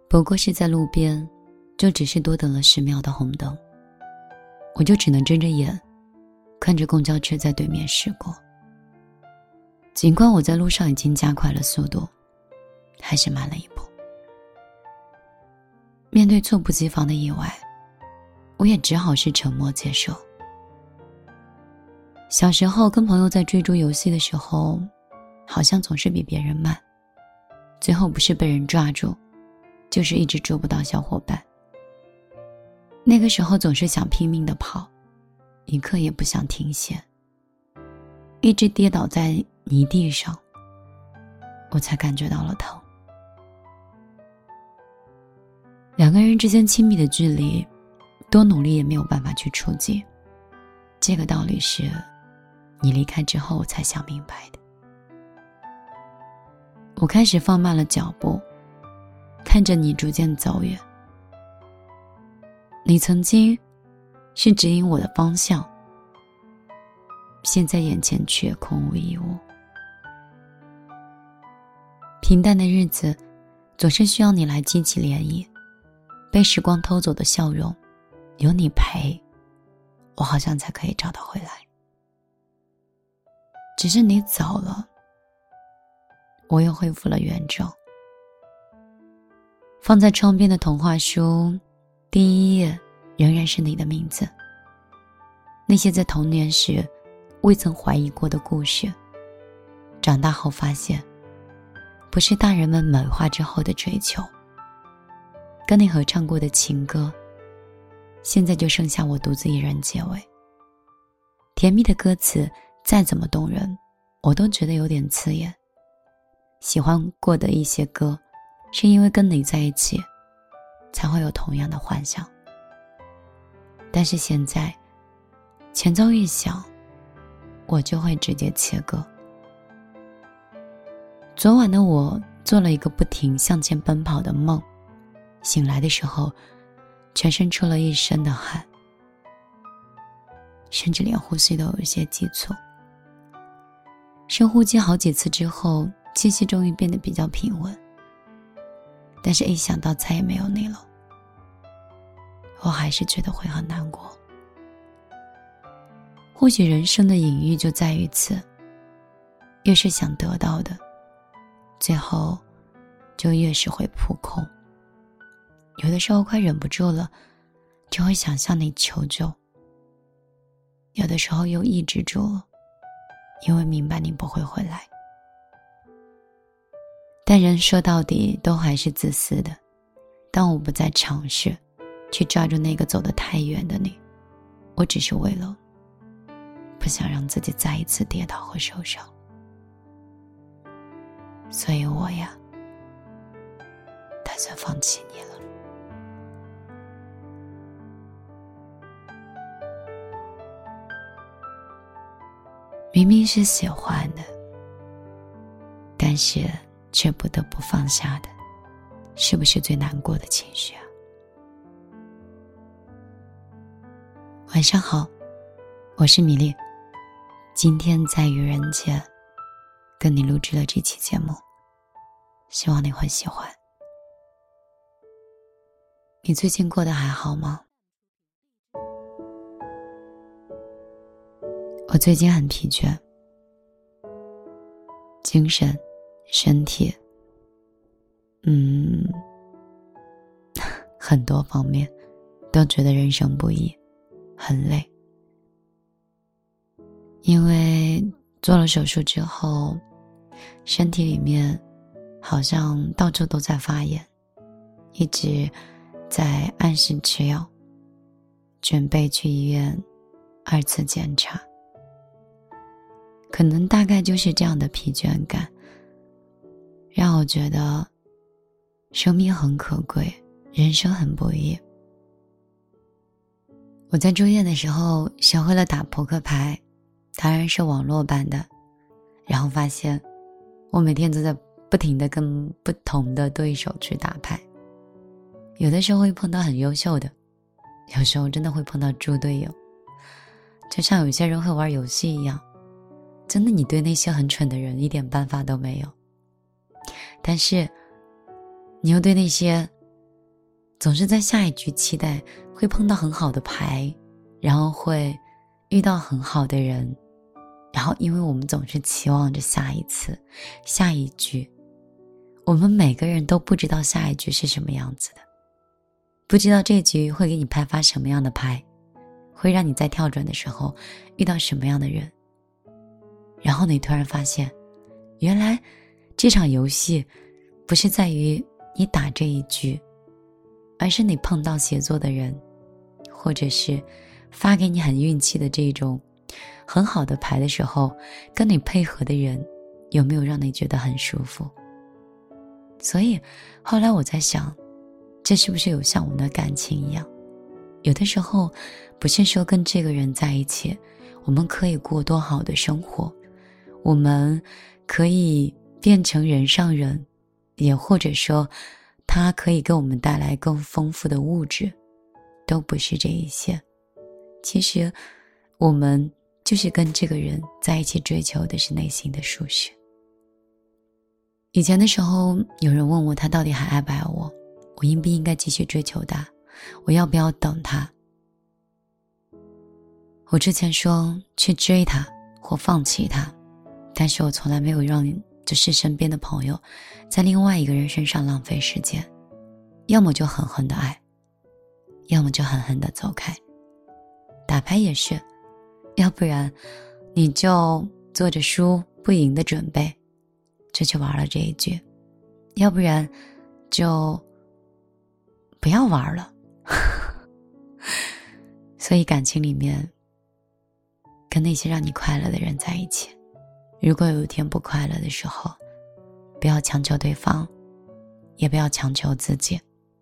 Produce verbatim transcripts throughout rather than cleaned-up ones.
不过是在路边，就只是多等了十秒的红灯，我就只能睁着眼看着公交车在对面驶过。尽管我在路上已经加快了速度，还是慢了一步。面对猝不及防的意外，我也只好是沉默接受。小时候跟朋友在追逐游戏的时候，好像总是比别人慢，最后不是被人抓住，就是一直捉不到小伙伴。那个时候总是想拼命地跑，一刻也不想停歇，一直跌倒在泥地上，我才感觉到了疼。两个人之间亲密的距离，多努力也没有办法去触及，这个道理是你离开之后我才想明白的。我开始放慢了脚步，看着你逐渐走远。你曾经是指引我的方向，现在眼前却空无一物。平淡的日子总是需要你来激起涟漪，被时光偷走的笑容，有你陪，我好像才可以找到回来。只是你走了，我又恢复了原状。放在窗边的童话书，第一页仍然是你的名字。那些在童年时未曾怀疑过的故事，长大后发现，不是大人们美化之后的追求。跟你合唱过的情歌，现在就剩下我独自一人结尾。甜蜜的歌词再怎么动人，我都觉得有点刺眼。喜欢过的一些歌，是因为跟你在一起，才会有同样的幻想。但是现在，前奏一响，我就会直接切割。昨晚的我做了一个不停向前奔跑的梦，醒来的时候，全身出了一身的汗，甚至连呼吸都有一些急促。深呼吸好几次之后，气息终于变得比较平稳。但是一想到再也没有你了，我还是觉得会很难过。或许人生的隐喻就在于此，越是想得到的，最后就越是会扑空。有的时候快忍不住了，就会想向你求救，有的时候又抑制住了，因为明白你不会回来。但人说到底都还是自私的，当我不再尝试去抓住那个走得太远的你，我只是为了不想让自己再一次跌倒和受伤。所以我呀，打算放弃你了。明明是喜欢的，但是却不得不放下的，是不是最难过的情绪啊？晚上好，我是米粒，今天在愚人节跟你录制了这期节目，希望你会喜欢。你最近过得还好吗？我最近很疲倦，精神、身体，嗯，很多方面都觉得人生不易，很累。因为做了手术之后，身体里面好像到处都在发炎，一直在按时吃药，准备去医院二次检查。可能大概就是这样的疲倦感，让我觉得生命很可贵，人生很不易。我在住院的时候学会了打扑克牌，当然是网络版的，然后发现我每天都在不停地跟不同的对手去打牌，有的时候会碰到很优秀的，有时候真的会碰到猪队友，就像有些人会玩游戏一样，真的你对那些很蠢的人一点办法都没有，但是你又对那些总是在下一局期待会碰到很好的牌，然后会遇到很好的人，然后因为我们总是期望着下一次下一局，我们每个人都不知道下一局是什么样子的，不知道这局会给你派发什么样的牌，会让你在跳转的时候遇到什么样的人。然后你突然发现，原来这场游戏不是在于你打这一局，而是你碰到协作的人，或者是发给你很运气的这种很好的牌的时候，跟你配合的人有没有让你觉得很舒服。所以后来我在想，这是不是有像我们的感情一样，有的时候不是说跟这个人在一起我们可以过多好的生活，我们可以变成人上人，也或者说它可以给我们带来更丰富的物质，都不是这一些。其实我们就是跟这个人在一起追求的是内心的舒适。以前的时候有人问我他到底还爱不爱我，我应不应该继续追求他，我要不要等他。我之前说去追他或放弃他，但是我从来没有让就是身边的朋友在另外一个人身上浪费时间，要么就狠狠的爱，要么就狠狠的走开。打牌也是，要不然你就做着输不赢的准备，就去玩了这一局，要不然就不要玩了。所以感情里面跟那些让你快乐的人在一起，如果有一天不快乐的时候，不要强求对方，也不要强求自己。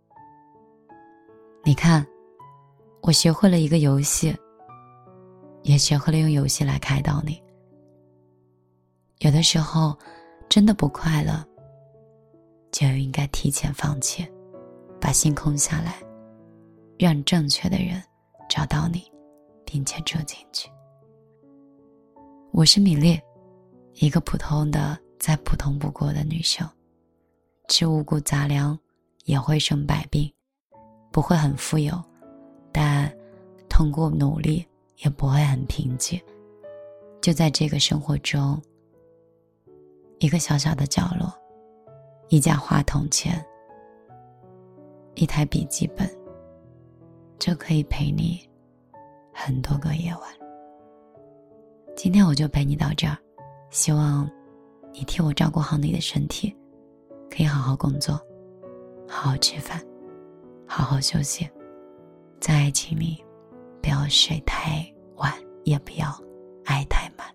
你看，我学会了一个游戏，也学会了用游戏来开导你。有的时候真的不快乐，就应该提前放弃，把心空下来，让正确的人找到你，并且住进去。我是米粒，一个普通的再普通不过的女生，吃五谷杂粮也会生百病，不会很富有，但通过努力也不会很贫瘠。就在这个生活中，一个小小的角落，一架话筒前，一台笔记本，就可以陪你很多个夜晚。今天我就陪你到这儿，希望你替我照顾好你的身体，可以好好工作，好好吃饭，好好休息。在爱情里，不要睡太晚，也不要爱太满。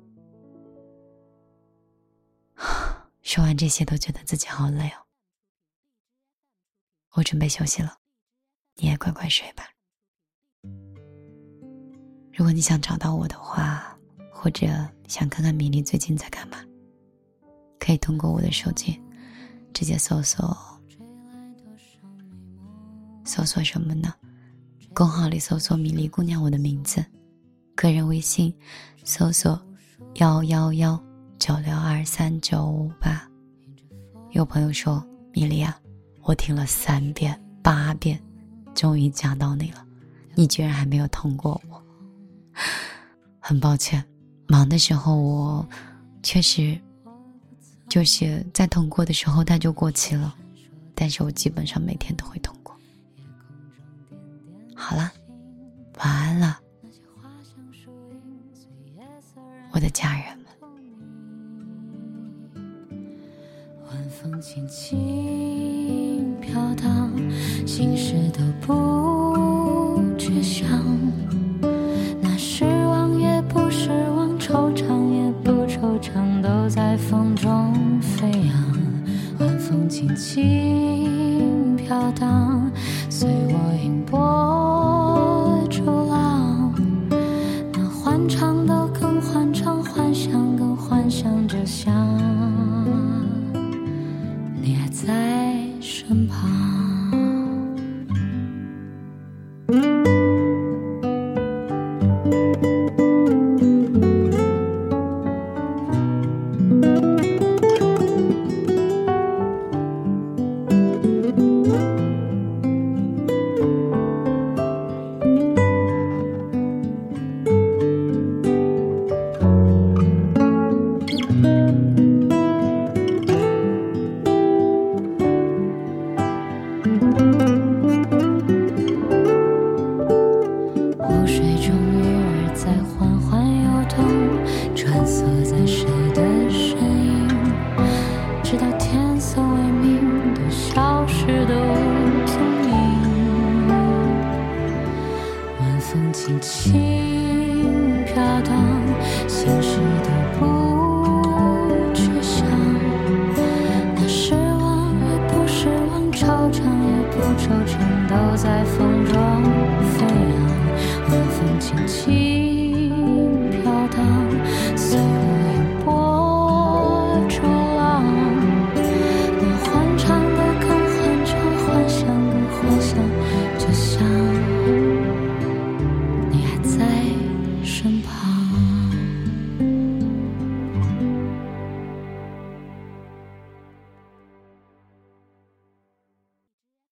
说完这些都觉得自己好累哦，我准备休息了，你也乖乖睡吧。如果你想找到我的话，或者想看看米粒最近在干嘛，可以通过我的手机直接搜索搜索什么呢？公号里搜索米粒姑娘我的名字，个人微信搜索幺幺幺九六二三九五八。有朋友说，米粒啊，我听了三遍八遍，终于加到你了，你居然还没有通过我。很抱歉，忙的时候我确实就是在通过的时候它就过期了，但是我基本上每天都会通过。好了，晚安了，我的家人们。 晚风轻轻飘荡，心事都不觉晓，那失望也不失望，惆怅也不惆怅，都在风中飞扬。晚风轻轻飘荡，随我迎波逐浪，那欢唱都更欢唱，幻想更幻想，就像你还在身旁。 直到天色微明，都消失得无踪影。晚风轻轻